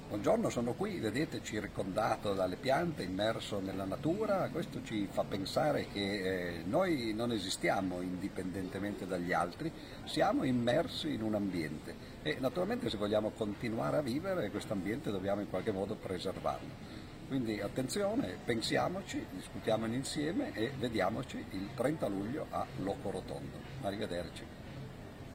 Buongiorno, sono qui, vedete, circondato dalle piante, immerso nella natura. Questo ci fa pensare che noi non esistiamo indipendentemente dagli altri, siamo immersi in un ambiente e naturalmente se vogliamo continuare a vivere questo ambiente dobbiamo in qualche modo preservarlo. Quindi attenzione, pensiamoci, discutiamone insieme e vediamoci il 30 luglio a Loco Rotondo. Arrivederci.